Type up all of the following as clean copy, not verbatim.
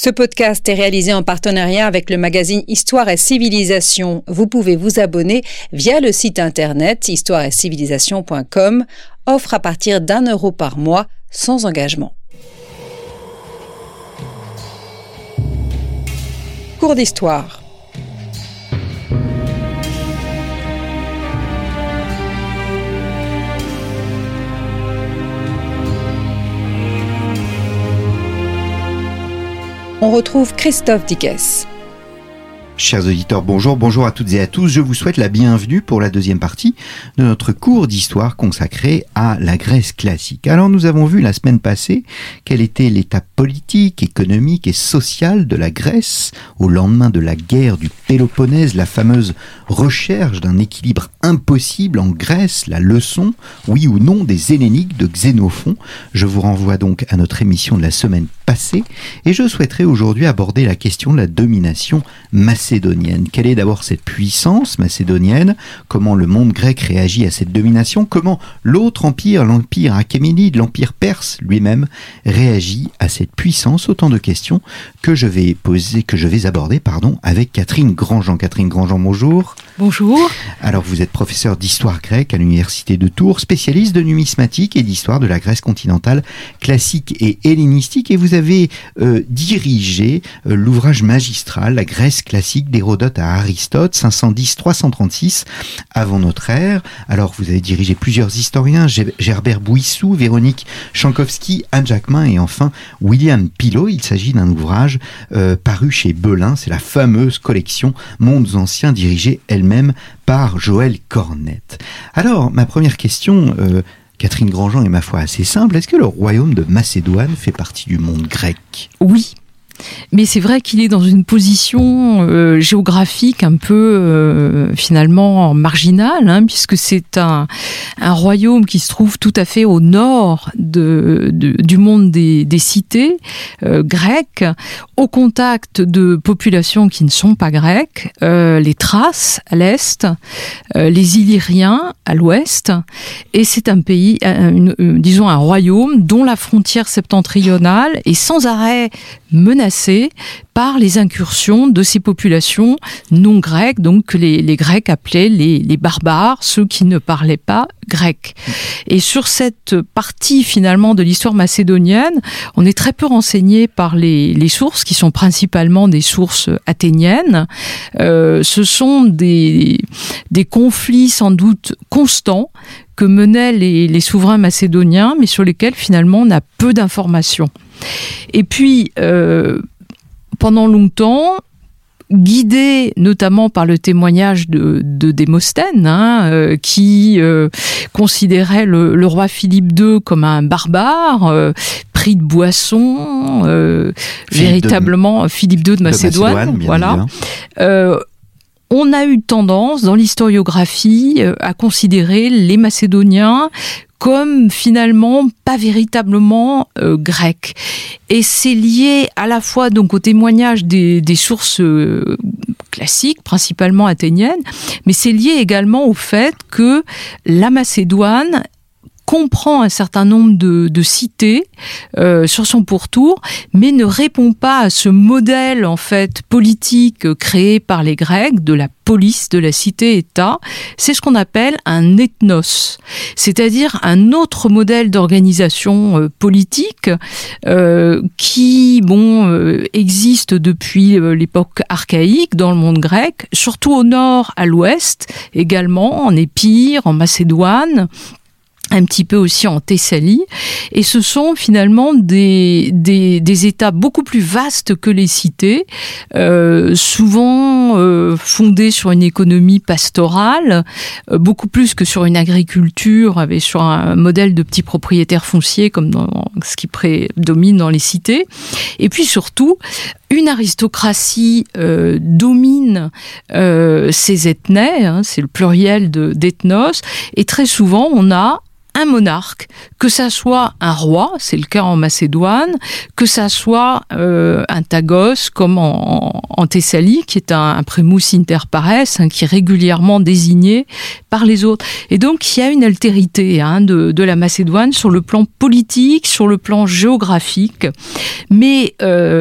Ce podcast est réalisé en partenariat avec le magazine Histoire et Civilisation. Vous pouvez vous abonner via le site internet histoireetcivilisation.com, offre à partir d'€1 par mois, sans engagement. Cours d'histoire. On retrouve Christophe Dickès. Chers auditeurs, bonjour à toutes et à tous. Je vous souhaite la bienvenue pour la deuxième partie de notre cours d'histoire consacré à la Grèce classique. Alors nous avons vu la semaine passée quel était l'état politique, économique et social de la Grèce au lendemain de la guerre du Péloponnèse, la fameuse recherche d'un équilibre impossible en Grèce, la leçon, oui ou non, des Helléniques de Xénophon. Je vous renvoie donc à notre émission de la semaine passée et je souhaiterais aujourd'hui aborder la question de la domination macédonienne. Quelle est d'abord cette puissance macédonienne? Comment le monde grec réagit à cette domination? Comment l'autre empire, l'empire achéménide, l'empire perse lui-même, réagit à cette puissance? Autant de questions que je vais aborder, avec Catherine Grandjean. Catherine Grandjean, bonjour. Bonjour. Alors vous êtes professeur d'histoire grecque à l'université de Tours, spécialiste de numismatique et d'histoire de la Grèce continentale classique et hellénistique, et vous avez dirigé l'ouvrage magistral La Grèce classique d'Hérodote à Aristote, 510-336 avant notre ère. Alors vous avez dirigé plusieurs historiens, Gerbert Bouissou, Véronique Chankowski, Anne Jacquemin et enfin William Pilot. Il s'agit d'un ouvrage paru chez Belin, c'est la fameuse collection Mondes anciens dirigée elle-même par Joël Cornette. Alors ma première question, Catherine Grandjean, est ma foi assez simple. Est-ce que le royaume de Macédoine fait partie du monde grec? Oui. Mais c'est vrai qu'il est dans une position géographique un peu finalement marginale, puisque c'est un royaume qui se trouve tout à fait au nord du monde des cités grecques, au contact de populations qui ne sont pas grecques, les Thraces à l'est, les Illyriens à l'ouest, et c'est un pays, disons un royaume dont la frontière septentrionale est sans arrêt menacée par les incursions de ces populations non grecques, donc que les Grecs appelaient les barbares, ceux qui ne parlaient pas grec. Et sur cette partie finalement de l'histoire macédonienne, on est très peu renseigné par les sources, qui sont principalement des sources athéniennes. Ce sont des conflits sans doute constants que menaient les souverains macédoniens, mais sur lesquels finalement on a peu d'informations. Et puis, pendant longtemps, guidé notamment par le témoignage de Démosthène, qui considérait le roi Philippe II comme un barbare, pris de boisson, véritablement Philippe II de Macédoine, voilà. On a eu tendance, dans l'historiographie, à considérer les Macédoniens comme finalement pas véritablement grecs. Et c'est lié à la fois donc au témoignage des sources classiques, principalement athéniennes, mais c'est lié également au fait que la Macédoine comprend un certain nombre de cités sur son pourtour, mais ne répond pas à ce modèle en fait politique créé par les Grecs de la police, de la cité-État. C'est ce qu'on appelle un ethnos, c'est-à-dire un autre modèle d'organisation politique qui existe depuis l'époque archaïque dans le monde grec, surtout au nord, à l'ouest, également en Épire, en Macédoine, un petit peu aussi en Thessalie, et ce sont finalement des États beaucoup plus vastes que les cités, souvent fondés sur une économie pastorale, beaucoup plus que sur une agriculture, sur un modèle de petits propriétaires fonciers comme dans ce qui prédomine dans les cités, et puis surtout une aristocratie domine ces ethnées, c'est le pluriel d'ethnos, et très souvent on a un monarque, que ça soit un roi, c'est le cas en Macédoine, que ça soit un tagos comme en Thessalie, qui est un primus inter pares, qui est régulièrement désigné par les autres. Et donc il y a une altérité de la Macédoine sur le plan politique, sur le plan géographique, mais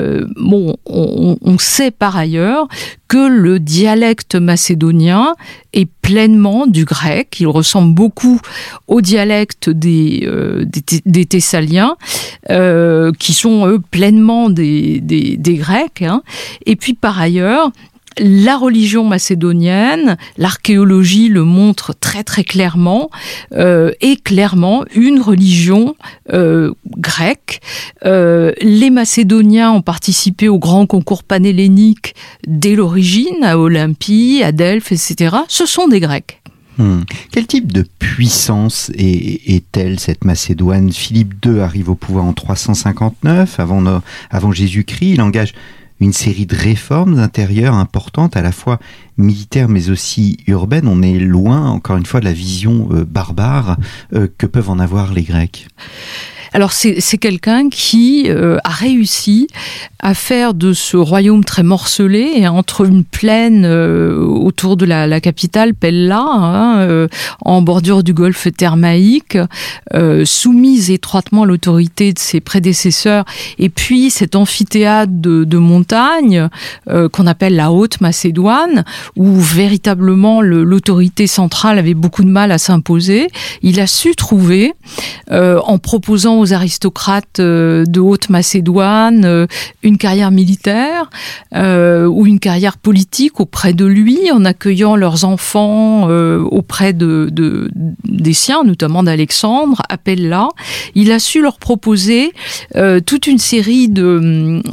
on sait par ailleurs que le dialecte macédonien est pleinement du grec. Il ressemble beaucoup au dialecte des Thessaliens, qui sont eux pleinement des Grecs. Et puis par ailleurs, la religion macédonienne, l'archéologie le montre très très clairement, est clairement une religion grecque. Les Macédoniens ont participé au grand concours panhellénique dès l'origine, à Olympie, à Delphes, etc. Ce sont des Grecs. Quel type de puissance est-elle, cette Macédoine ? Philippe II arrive au pouvoir en 359, avant Jésus-Christ. Il engage une série de réformes intérieures importantes, à la fois militaires mais aussi urbaines. On est loin, encore une fois, de la vision barbare que peuvent en avoir les Grecs. Alors c'est quelqu'un qui a réussi à faire de ce royaume très morcelé, entre une plaine autour de la capitale Pella, en bordure du golfe Thermaïque, soumise étroitement à l'autorité de ses prédécesseurs, et puis cet amphithéâtre de montagne qu'on appelle la Haute-Macédoine, où véritablement l'autorité centrale avait beaucoup de mal à s'imposer. Il a su trouver, en proposant aux aristocrates de Haute-Macédoine une carrière militaire ou une carrière politique auprès de lui, en accueillant leurs enfants auprès des siens, notamment d'Alexandre, à Pella. Il a su leur proposer toute une série de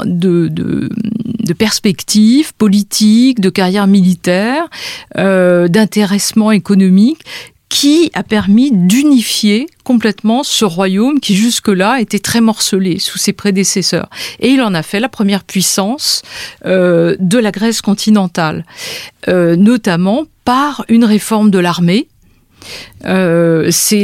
perspectives politiques, de carrières militaires, d'intéressement économique, qui a permis d'unifier complètement ce royaume qui jusque-là était très morcelé sous ses prédécesseurs. Et il en a fait la première puissance de la Grèce continentale, notamment par une réforme de l'armée. Alors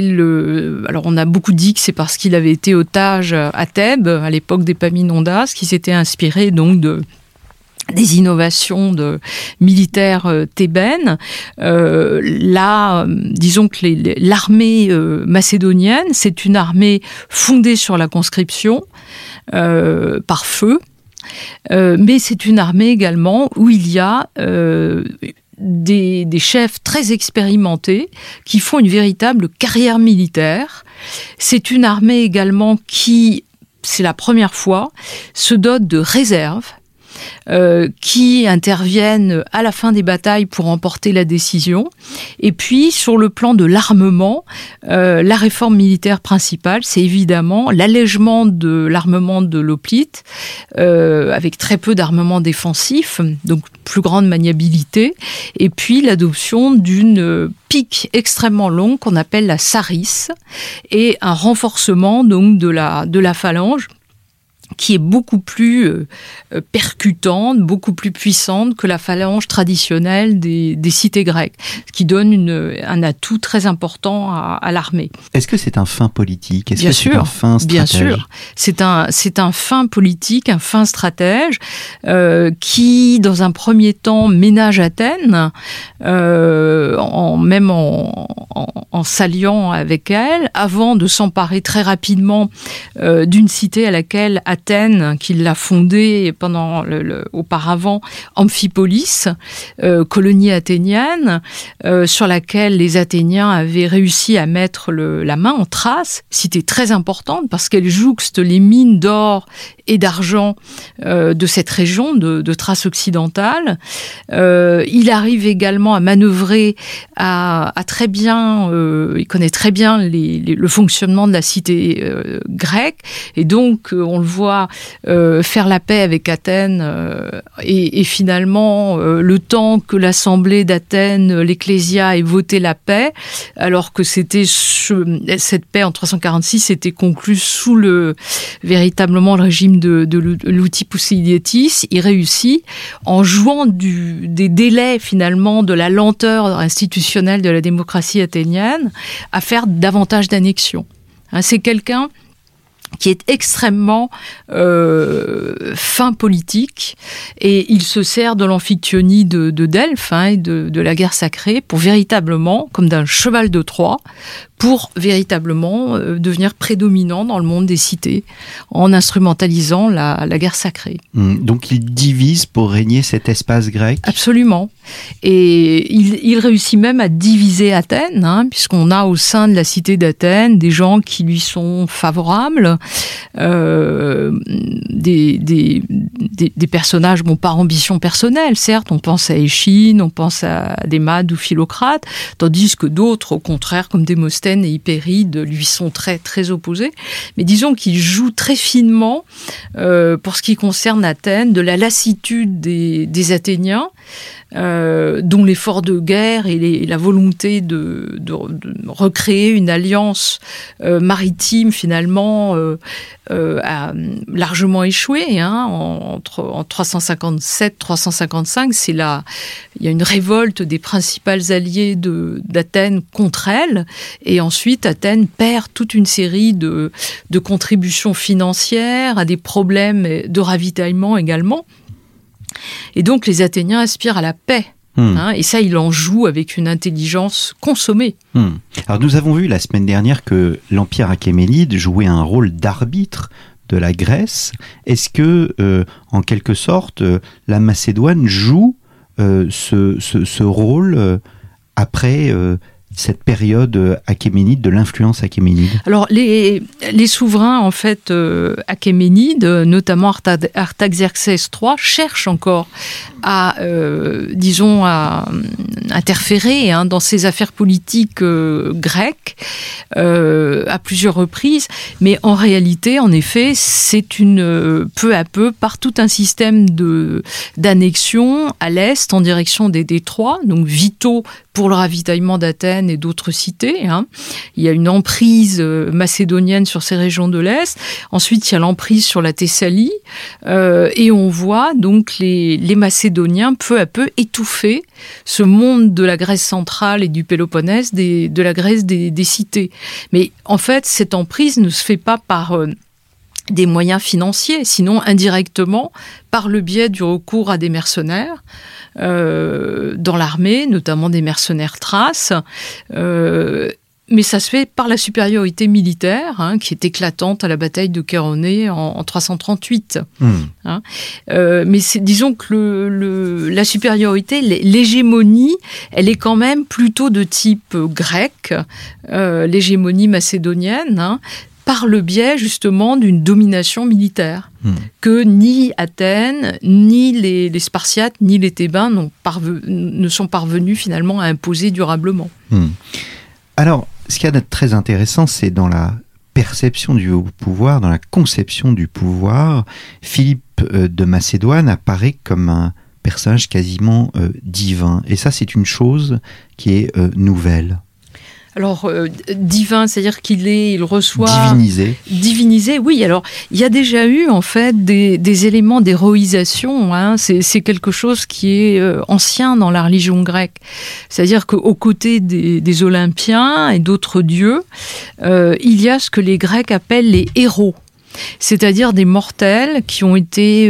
on a beaucoup dit que c'est parce qu'il avait été otage à Thèbes à l'époque d'Épaminondas, qui s'était inspiré donc des innovations militaires thébaines. Disons que l'armée macédonienne, c'est une armée fondée sur la conscription par feu, mais c'est une armée également où il y a des chefs très expérimentés qui font une véritable carrière militaire. C'est une armée également qui, c'est la première fois, se dote de réserves, qui interviennent à la fin des batailles pour emporter la décision. Et puis, sur le plan de l'armement, la réforme militaire principale, c'est évidemment l'allègement de l'armement de l'hoplite, avec très peu d'armement défensif, donc plus grande maniabilité, et puis l'adoption d'une pique extrêmement longue qu'on appelle la sarisse, et un renforcement donc de la phalange, qui est beaucoup plus percutante, beaucoup plus puissante que la phalange traditionnelle des cités grecques, ce qui donne un atout très important à l'armée. Est-ce que c'est un fin politique ? Est-ce bien que sûr, c'est un fin stratège ? Bien sûr, c'est un fin politique, un fin stratège qui, dans un premier temps, ménage Athènes, même en s'alliant avec elle, avant de s'emparer très rapidement d'une cité à laquelle Athènes, qui l'a fondée auparavant, Amphipolis, colonie athénienne, sur laquelle les Athéniens avaient réussi à mettre la main en Thrace, cité très importante parce qu'elle jouxte les mines d'or et d'argent de cette région de Thrace occidentale. Il arrive également à manœuvrer, il connaît très bien le fonctionnement de la cité grecque, et donc on le voit devoir faire la paix avec Athènes et finalement le temps que l'Assemblée d'Athènes, l'Ecclésia, ait voté la paix, alors que cette paix en 346 était conclue sous véritablement le régime de Luti Poussiliétis, il réussit en jouant des délais finalement de la lenteur institutionnelle de la démocratie athénienne à faire davantage d'annexions. C'est quelqu'un qui est extrêmement fin politique, et il se sert de l'amphictyonie de Delphes et de la guerre sacrée pour véritablement, comme d'un cheval de Troie, pour véritablement devenir prédominant dans le monde des cités, en instrumentalisant la guerre sacrée. Donc il divise pour régner cet espace grec ? Absolument. Et il réussit même à diviser Athènes, puisqu'on a au sein de la cité d'Athènes des gens qui lui sont favorables, des personnages, par ambition personnelle, certes, on pense à Échine, on pense à Démade ou Philocrate, tandis que d'autres, au contraire, comme Démosthène et Hypéride, lui sont très, très opposés. Mais disons qu'il joue très finement, pour ce qui concerne Athènes, de la lassitude des Athéniens, dont l'effort de guerre et la volonté de recréer une alliance maritime finalement a largement échoué en 357-355. Il y a une révolte des principales alliés d'Athènes contre elle, et ensuite Athènes perd toute une série de contributions financières, à des problèmes de ravitaillement également. Et donc les Athéniens aspirent à la paix. Et ça, il en joue avec une intelligence consommée. Alors nous avons vu la semaine dernière que l'Empire achéménide jouait un rôle d'arbitre de la Grèce. Est-ce que, en quelque sorte, la Macédoine joue ce rôle après cette période achéménide, de l'influence achéménide? Alors, les souverains, en fait, achéménides, notamment Artaxerxès III, cherchent encore à interférer dans ces affaires politiques grecques à plusieurs reprises. Mais en réalité, en effet, c'est peu à peu, par tout un système d'annexion à l'est, en direction des détroits, donc vitaux pour le ravitaillement d'Athènes et d'autres cités. Il y a une emprise macédonienne sur ces régions de l'Est. Ensuite, il y a l'emprise sur la Thessalie. Et on voit donc les Macédoniens peu à peu étouffer ce monde de la Grèce centrale et du Péloponnèse, de la Grèce des cités. Mais en fait, cette emprise ne se fait pas par des moyens financiers, sinon indirectement par le biais du recours à des mercenaires dans l'armée, notamment des mercenaires thraces. Mais ça se fait par la supériorité militaire, qui est éclatante à la bataille de Chéronée en 338. Mais disons que la supériorité, l'hégémonie, elle est quand même plutôt de type grec, l'hégémonie macédonienne, par le biais justement d'une domination militaire que ni Athènes, ni les Spartiates, ni les Thébains ne sont parvenus finalement à imposer durablement. Alors, ce qu'il y a de très intéressant, c'est dans la perception du pouvoir, dans la conception du pouvoir, Philippe de Macédoine apparaît comme un personnage quasiment divin. Et ça, c'est une chose qui est nouvelle. Alors, divin, c'est-à-dire il reçoit... Divinisé, oui. Alors, il y a déjà eu, en fait, des éléments d'héroïsation. C'est quelque chose qui est ancien dans la religion grecque. C'est-à-dire qu'aux côtés des Olympiens et d'autres dieux, il y a ce que les Grecs appellent les héros. C'est-à-dire des mortels qui ont été,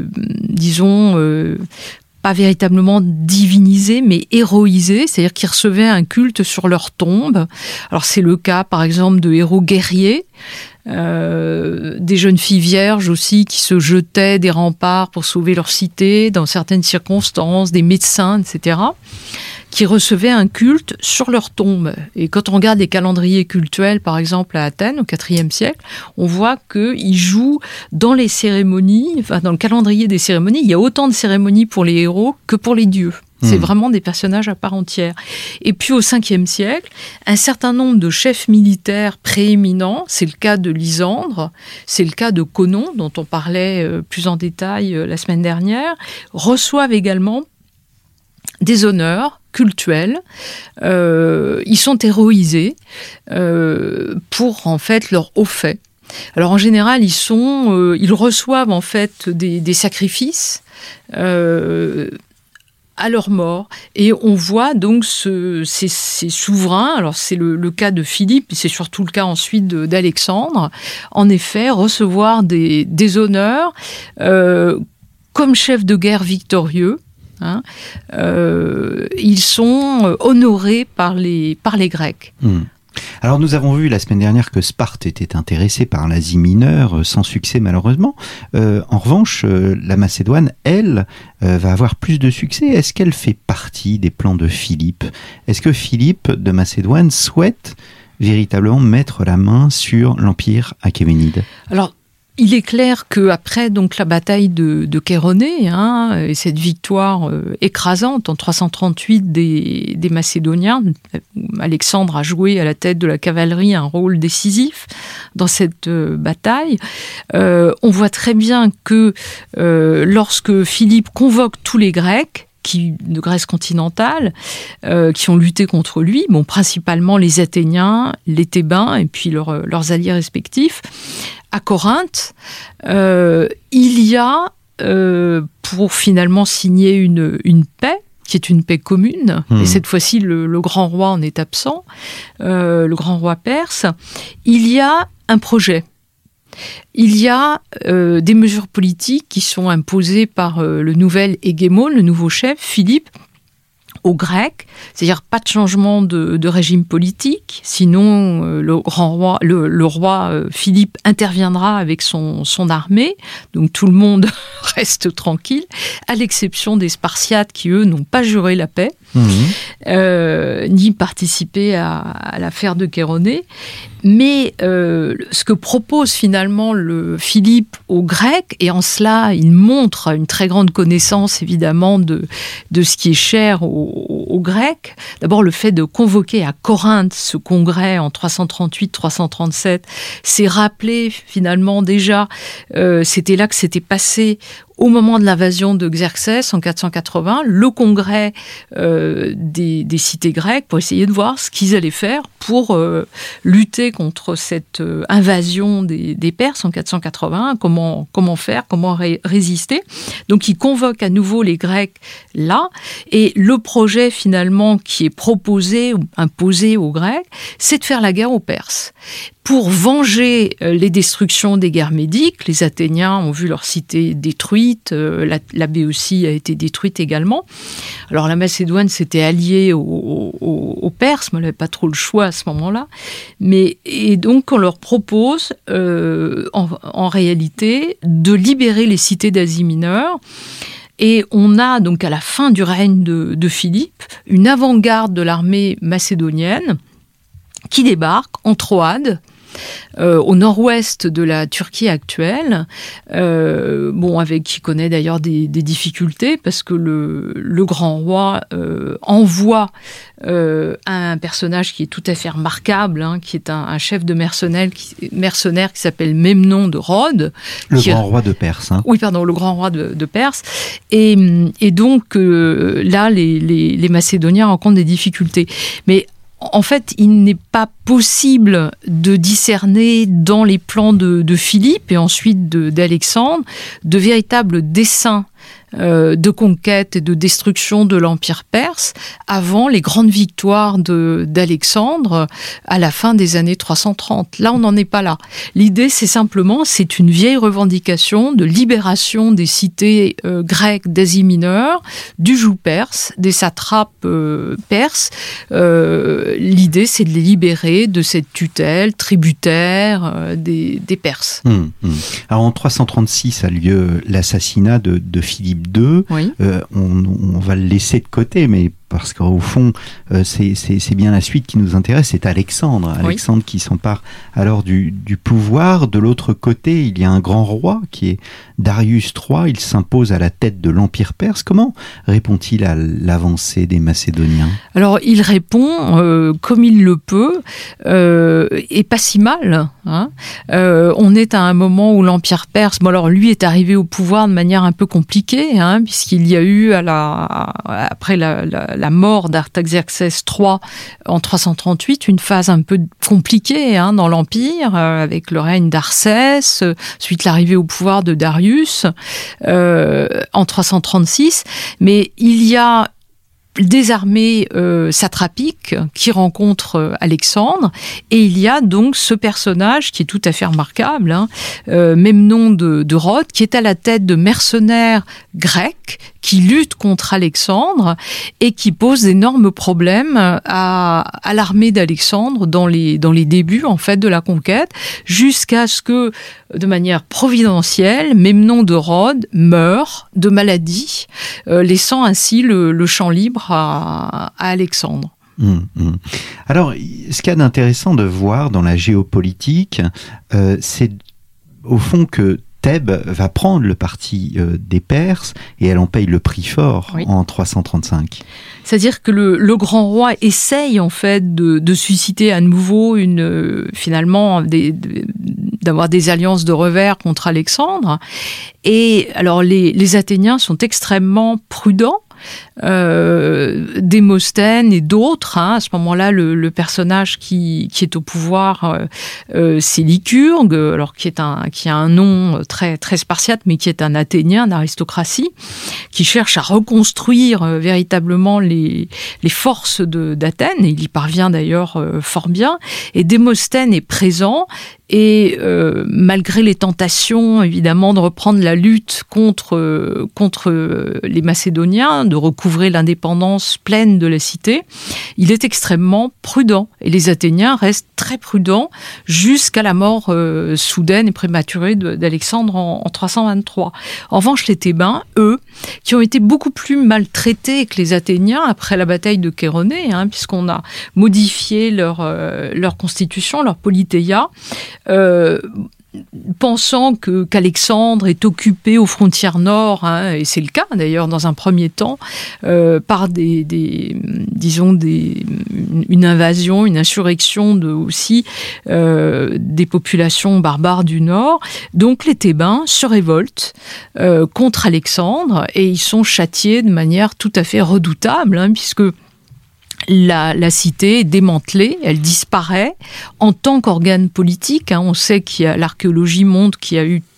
pas véritablement divinisés, mais héroïsés, c'est-à-dire qu'ils recevaient un culte sur leur tombe. Alors c'est le cas, par exemple, de héros guerriers, des jeunes filles vierges aussi qui se jetaient des remparts pour sauver leur cité dans certaines circonstances, des médecins, etc., qui recevaient un culte sur leur tombe. Et quand on regarde les calendriers cultuels, par exemple à Athènes, au IVe siècle, on voit qu'ils jouent dans les cérémonies, dans le calendrier des cérémonies, il y a autant de cérémonies pour les héros que pour les dieux. C'est vraiment des personnages à part entière. Et puis au 5e siècle, un certain nombre de chefs militaires prééminents, c'est le cas de Lysandre, c'est le cas de Conon, dont on parlait plus en détail la semaine dernière, reçoivent également des honneurs cultuels. Ils sont héroïsés pour en fait leur haut fait. Alors en général, ils reçoivent en fait des sacrifices à leur mort, et on voit donc ces souverains. Alors c'est le cas de Philippe, et c'est surtout le cas ensuite d'Alexandre. En effet, recevoir des honneurs comme chef de guerre victorieux. Ils sont honorés par les Grecs. Alors nous avons vu la semaine dernière que Sparte était intéressée par l'Asie mineure, sans succès malheureusement. En revanche, la Macédoine, elle, va avoir plus de succès. Est-ce qu'elle fait partie des plans de Philippe ? Est-ce que Philippe de Macédoine souhaite véritablement mettre la main sur l'empire achéménide ? Alors, il est clair qu'après donc la bataille de Chéronée, et cette victoire écrasante en 338 des Macédoniens, Alexandre a joué à la tête de la cavalerie un rôle décisif dans cette bataille. On voit très bien que lorsque Philippe convoque tous les Grecs, de Grèce continentale, qui ont lutté contre lui, principalement les Athéniens, les Thébains et puis leurs alliés respectifs, à Corinthe, il y a, pour finalement signer une paix, qui est une paix commune, et cette fois-ci le grand roi en est absent, le grand roi perse, il y a un projet. Il y a des mesures politiques qui sont imposées par le nouvel hégémone, le nouveau chef, Philippe, aux Grecs, c'est-à-dire pas de changement de régime politique, sinon le roi Philippe interviendra avec son armée, donc tout le monde reste tranquille, à l'exception des Spartiates qui, eux, n'ont pas juré la paix, ni participé à l'affaire de Chéronée. Mais ce que propose finalement le Philippe aux Grecs, et en cela il montre une très grande connaissance évidemment de ce qui est cher aux Grecs, d'abord le fait de convoquer à Corinthe ce congrès en 338-337, c'est rappeler finalement déjà, c'était là que s'était passé au moment de l'invasion de Xerxès en 480, le congrès des cités grecques pour essayer de voir ce qu'ils allaient faire pour lutter contre cette invasion des Perses en 480, comment faire, comment résister. Donc ils convoquent à nouveau les Grecs là, et le projet finalement qui est proposé ou imposé aux Grecs, c'est de faire la guerre aux Perses. Pour venger les destructions des guerres médiques, les Athéniens ont vu leur cité détruite, la Béotie a été détruite également. Alors la Macédoine s'était alliée aux Perses, mais elle n'avait pas trop le choix à ce moment-là. Et donc on leur propose en réalité de libérer les cités d'Asie mineure. Et on a donc à la fin du règne de Philippe une avant-garde de l'armée macédonienne qui débarque en Troade, au nord-ouest de la Turquie actuelle, qui connaît d'ailleurs des difficultés, parce que le grand roi envoie un personnage qui est tout à fait remarquable, qui est un chef de mercenaires qui s'appelle Memnon de Rhodes. Grand roi de Perse. Oui, pardon, le grand roi de Perse. Et donc, là, les Macédoniens rencontrent des difficultés. Mais en fait, il n'est pas possible de discerner dans les plans de Philippe et ensuite d'Alexandre de véritables desseins de conquête et de destruction de l'Empire perse avant les grandes victoires d'Alexandre à la fin des années 330. Là, on n'en est pas là. L'idée, c'est une vieille revendication de libération des cités grecques d'Asie mineure, du joug perse, des satrapes perses. L'idée, c'est de les libérer de cette tutelle tributaire des Perses. Alors, en 336 a lieu l'assassinat de Philippe II. Oui. On va le laisser de côté, mais parce qu'au fond, c'est bien la suite qui nous intéresse, c'est Alexandre. Alexandre qui s'empare alors du pouvoir. De l'autre côté, il y a un grand roi qui est Darius III, il s'impose à la tête de l'Empire perse. Comment répond-il à l'avancée des Macédoniens ? Alors, il répond comme il le peut, et pas si mal. Hein. On est à un moment où l'Empire perse, alors lui est arrivé au pouvoir de manière un peu compliquée, hein, puisqu'il y a eu, après la mort d'Artaxerxès III en 338, une phase un peu compliquée dans l'Empire, avec le règne d'Arsès, ensuite l'arrivée au pouvoir de Darius en 336. Mais il y a des armées satrapiques qui rencontrent Alexandre, et il y a donc ce personnage qui est tout à fait remarquable, même nom de Rhodes, qui est à la tête de mercenaires grecs qui luttent contre Alexandre et qui pose d'énormes problèmes à l'armée d'Alexandre dans les débuts en fait de la conquête, jusqu'à ce que, de manière providentielle, Memnon de Rhodes meurt de maladie, laissant ainsi le champ libre à Alexandre. Alors, ce qu'il y a d'intéressant de voir dans la géopolitique, c'est au fond que Thèbes va prendre le parti des Perses et elle en paye le prix fort en 335. C'est-à-dire que le grand roi essaye en fait de susciter à nouveau finalement d'avoir des alliances de revers contre Alexandre. Et alors les Athéniens sont extrêmement prudents. Démosthène et d'autres, à ce moment-là, le personnage qui est au pouvoir, c'est Lycurgue, alors qui a un nom très très spartiate, mais qui est un Athénien d'aristocratie, qui cherche à reconstruire véritablement les forces d'Athènes, et il y parvient d'ailleurs fort bien. Et Démosthène est présent. Et malgré les tentations, évidemment, de reprendre la lutte contre les Macédoniens, de recouvrer l'indépendance pleine de la cité, il est extrêmement prudent. Et les Athéniens restent très prudents jusqu'à la mort soudaine et prématurée d'Alexandre en 323. En revanche, les Thébains, eux, qui ont été beaucoup plus maltraités que les Athéniens après la bataille de Chéronée, puisqu'on a modifié leur constitution, leur politeia, pensant qu'Alexandre est occupé aux frontières nord, et c'est le cas d'ailleurs dans un premier temps, par une invasion, une insurrection aussi des populations barbares du nord. Donc les Thébains se révoltent contre Alexandre et ils sont châtiés de manière tout à fait redoutable, puisque la cité est démantelée, elle disparaît en tant qu'organe politique. On sait l'archéologie montre qu'il y a eu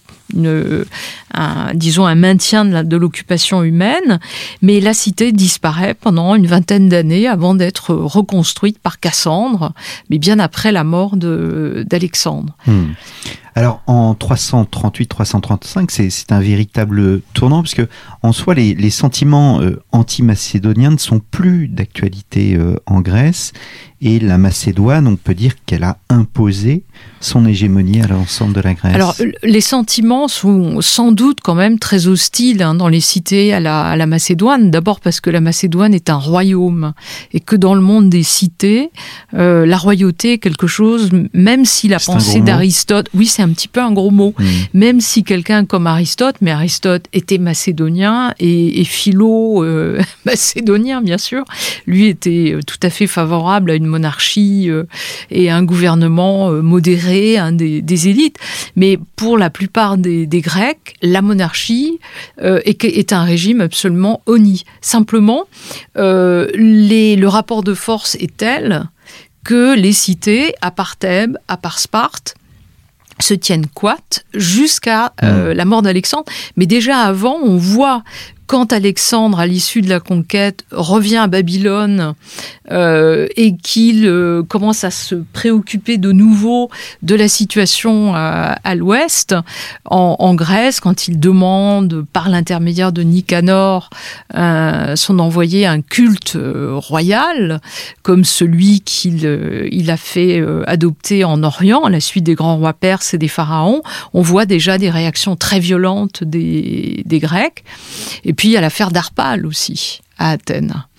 un maintien de l'occupation humaine, mais la cité disparaît pendant une vingtaine d'années avant d'être reconstruite par Cassandre, mais bien après la mort d'Alexandre. Alors, en 338-335, c'est un véritable tournant, parce que en soi, les sentiments anti-macédoniens ne sont plus d'actualité en Grèce, et la Macédoine, on peut dire qu'elle a imposé son hégémonie à l'ensemble de la Grèce. Alors, les sentiments sont sans doute quand même très hostiles dans les cités à la Macédoine. D'abord parce que la Macédoine est un royaume, et que dans le monde des cités, la royauté est quelque chose, même si la pensée d'Aristote... Oui, c'est un petit peu un gros mot. Même si quelqu'un comme Aristote, mais Aristote était macédonien, et Philo, macédonien, bien sûr, lui était tout à fait favorable à une monarchie et un gouvernement modéré, des élites. Mais pour la plupart des Grecs, la monarchie est un régime absolument honni. Simplement, le rapport de force est tel que les cités, à part Thèbes, à part Sparte, se tiennent coites jusqu'à la mort d'Alexandre. Mais déjà avant, on voit quand Alexandre, à l'issue de la conquête, revient à Babylone et qu'il commence à se préoccuper de nouveau de la situation à l'ouest, en Grèce, quand il demande, par l'intermédiaire de Nicanor, son envoyé, un culte royal, comme celui qu'il a fait adopter en Orient, à la suite des grands rois perses et des pharaons, on voit déjà des réactions très violentes des Grecs. Et puis il y a l'affaire d'Harpale aussi, à Athènes.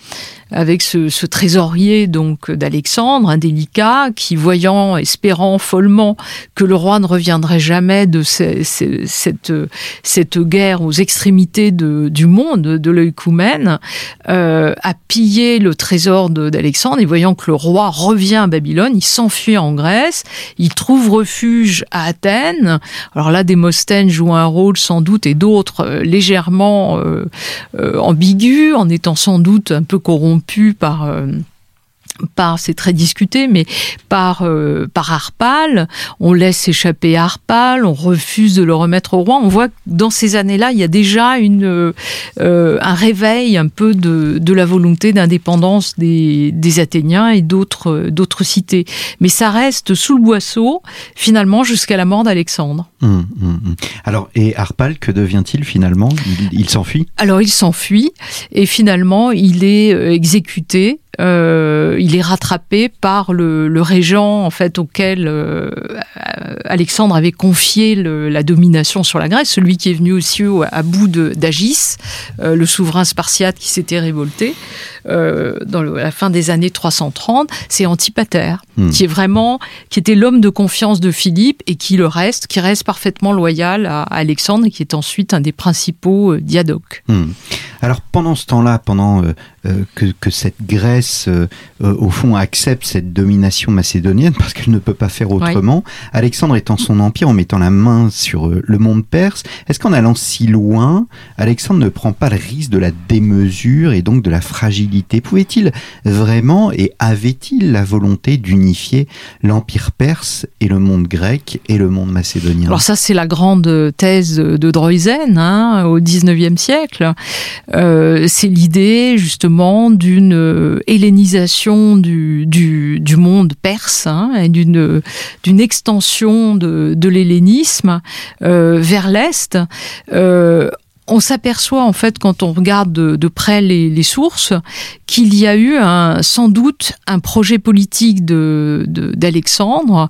avec ce trésorier donc d'Alexandre, indélicat, qui espérant follement que le roi ne reviendrait jamais de cette guerre aux extrémités du monde, de l'œcumène, a pillé le trésor d'Alexandre, et voyant que le roi revient à Babylone, il s'enfuit en Grèce, il trouve refuge à Athènes. Alors là, Démosthène joue un rôle sans doute, et d'autres légèrement ambigus, en étant sans doute un peu corrompu c'est très discuté, mais par Harpale. On laisse échapper Harpale, on refuse de le remettre au roi. On voit que dans ces années-là, il y a déjà un réveil un peu de la volonté d'indépendance des Athéniens et d'autres cités. Mais ça reste sous le boisseau, finalement, jusqu'à la mort d'Alexandre. Alors, et Harpale, que devient-il finalement ? Il s'enfuit ? Alors, il s'enfuit, et finalement, il est exécuté. Il est rattrapé par le régent en fait auquel Alexandre avait confié la domination sur la Grèce, celui qui est venu aussi à bout d'Agis, le souverain spartiate qui s'était révolté dans la fin des années 330. C'est Antipater qui était l'homme de confiance de Philippe et qui reste parfaitement loyal à Alexandre, et qui est ensuite un des principaux diadoques. Alors pendant ce temps-là, pendant que cette Grèce, au fond, accepte cette domination macédonienne, parce qu'elle ne peut pas faire autrement, Alexandre étend son empire en mettant la main sur le monde perse. Est-ce qu'en allant si loin, Alexandre ne prend pas le risque de la démesure et donc de la fragilité ? Pouvait-il vraiment, et avait-il la volonté d'unifier l'empire perse et le monde grec et le monde macédonien ? Alors ça, c'est la grande thèse de Droysen au XIXe siècle. C'est l'idée justement d'une hellénisation du monde perse et d'une extension de l'hellénisme vers l'Est. On s'aperçoit en fait, quand on regarde de près les sources, qu'il y a eu sans doute un projet politique d'Alexandre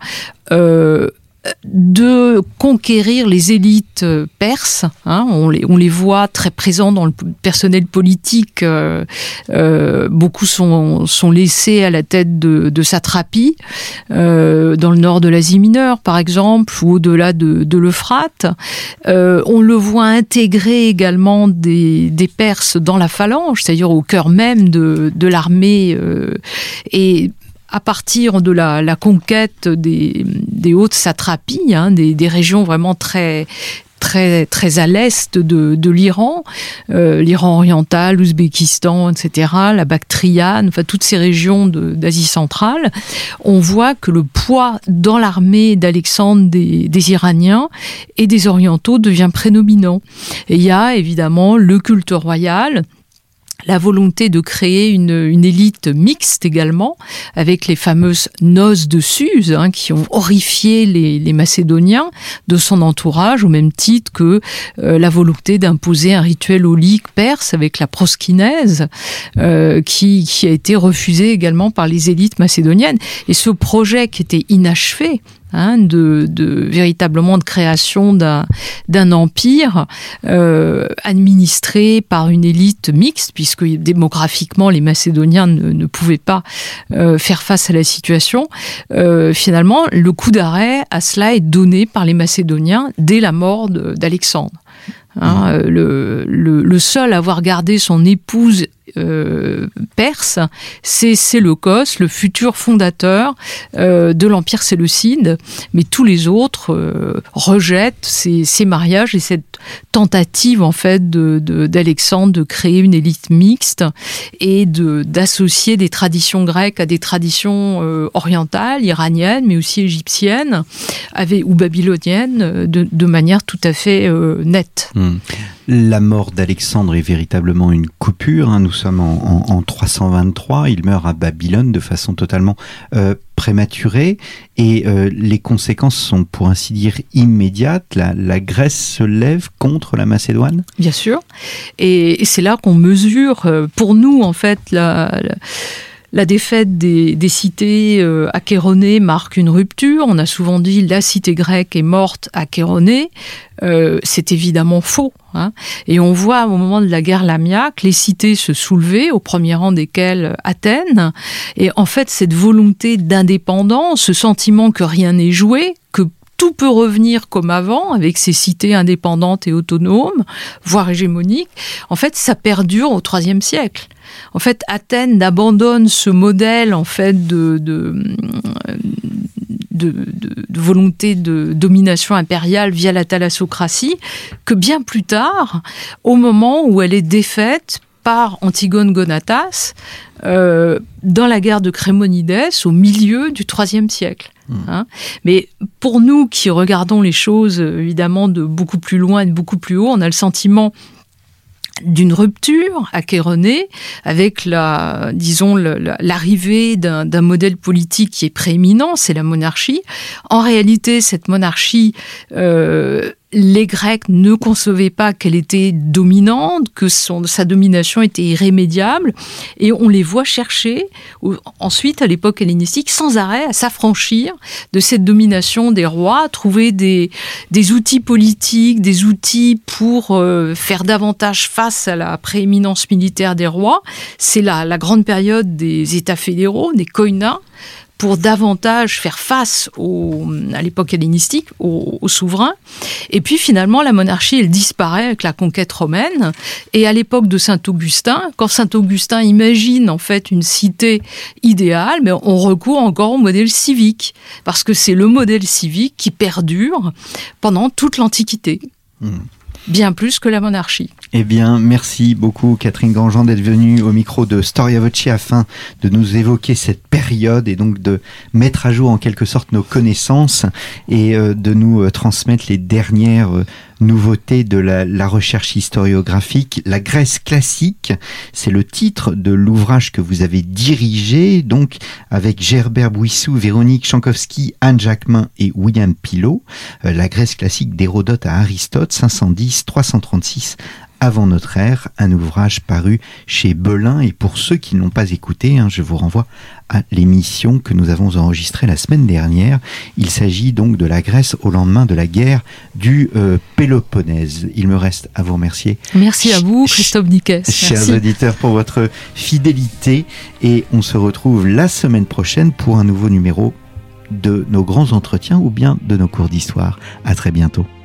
de conquérir les élites perses. On les voit très présents dans le personnel politique. Beaucoup sont laissés à la tête de satrapies, dans le nord de l'Asie mineure, par exemple, ou au-delà de l'Euphrate. On le voit intégrer également des Perses dans la phalange, c'est-à-dire au cœur même de l'armée, et à partir de la conquête des hautes satrapies, des régions vraiment très très très à l'est de l'Iran, l'Iran oriental, l'Ouzbékistan, etc., la Bactriane, enfin toutes ces régions d'Asie centrale, on voit que le poids dans l'armée d'Alexandre des Iraniens et des Orientaux devient prédominant. Et il y a évidemment le culte royal, la volonté de créer une élite mixte également, avec les fameuses noces de Suse, qui ont horrifié les Macédoniens de son entourage, au même titre que la volonté d'imposer un rituel aulique perse avec la proskinèse, qui a été refusée également par les élites macédoniennes. Et ce projet qui était inachevé, véritablement de création d'un empire administré par une élite mixte, puisque démographiquement les Macédoniens ne pouvaient pas faire face à la situation. Finalement, le coup d'arrêt à cela est donné par les Macédoniens dès la mort d'Alexandre. Le seul à avoir gardé son épouse perse, c'est Séleucos, le futur fondateur de l'Empire séleucide, mais tous les autres rejettent ces mariages et cette tentative en fait d'Alexandre de créer une élite mixte et d'associer des traditions grecques à des traditions orientales, iraniennes, mais aussi égyptiennes ou babyloniennes de manière tout à fait nette. La mort d'Alexandre est véritablement une coupure. Nous sommes en 323. Il meurt à Babylone de façon totalement prématurée. Et les conséquences sont, pour ainsi dire, immédiates. La Grèce se lève contre la Macédoine ? Bien sûr. Et c'est là qu'on mesure, pour nous, en fait, la La défaite des cités achéronnées marque une rupture. On a souvent dit la cité grecque est morte achéronée. C'est évidemment faux. Et on voit au moment de la guerre lamiaque les cités se soulever, au premier rang desquelles Athènes. Et en fait, cette volonté d'indépendance, ce sentiment que rien n'est joué, que tout peut revenir comme avant, avec ces cités indépendantes et autonomes, voire hégémoniques, en fait, ça perdure au IIIe siècle. En fait, Athènes abandonne ce modèle en fait de volonté de domination impériale via la thalassocratie, que bien plus tard, au moment où elle est défaite par Antigone Gonatas, dans la guerre de Crémonides, au milieu du IIIe siècle. Mais pour nous qui regardons les choses évidemment de beaucoup plus loin et de beaucoup plus haut, on a le sentiment d'une rupture achéronée avec l'arrivée d'un modèle politique qui est prééminent, c'est la monarchie. En réalité, cette monarchie, les Grecs ne concevaient pas qu'elle était dominante, que sa domination était irrémédiable, et on les voit chercher, ensuite, à l'époque hellénistique, sans arrêt à s'affranchir de cette domination des rois, à trouver des outils politiques, des outils pour faire davantage face à la prééminence militaire des rois. C'est la grande période des États fédéraux, des koinats, pour davantage faire face à l'époque hellénistique, aux souverains. Et puis finalement, la monarchie, elle disparaît avec la conquête romaine. Et à l'époque de Saint-Augustin, quand Saint-Augustin imagine en fait une cité idéale, mais on recourt encore au modèle civique, parce que c'est le modèle civique qui perdure pendant toute l'Antiquité. Bien plus que la monarchie. Eh bien, merci beaucoup Catherine Grandjean d'être venue au micro de Storia Voce afin de nous évoquer cette période et donc de mettre à jour en quelque sorte nos connaissances et de nous transmettre les dernières nouveautés de la recherche historiographique. La Grèce classique, c'est le titre de l'ouvrage que vous avez dirigé, donc avec Gerbert Bouissou, Véronique Chankowski, Anne Jacquemin et William Pilot. La Grèce classique d'Hérodote à Aristote, 510-336 avant notre ère, un ouvrage paru chez Belin. Et pour ceux qui ne l'ont pas écouté, je vous renvoie à l'émission que nous avons enregistrée la semaine dernière. Il s'agit donc de la Grèce au lendemain de la guerre du Péloponnèse. Il me reste à vous remercier. Merci à vous, Christophe Niquet. Chers auditeurs, pour votre fidélité. Et on se retrouve la semaine prochaine pour un nouveau numéro de nos grands entretiens ou bien de nos cours d'histoire. À très bientôt.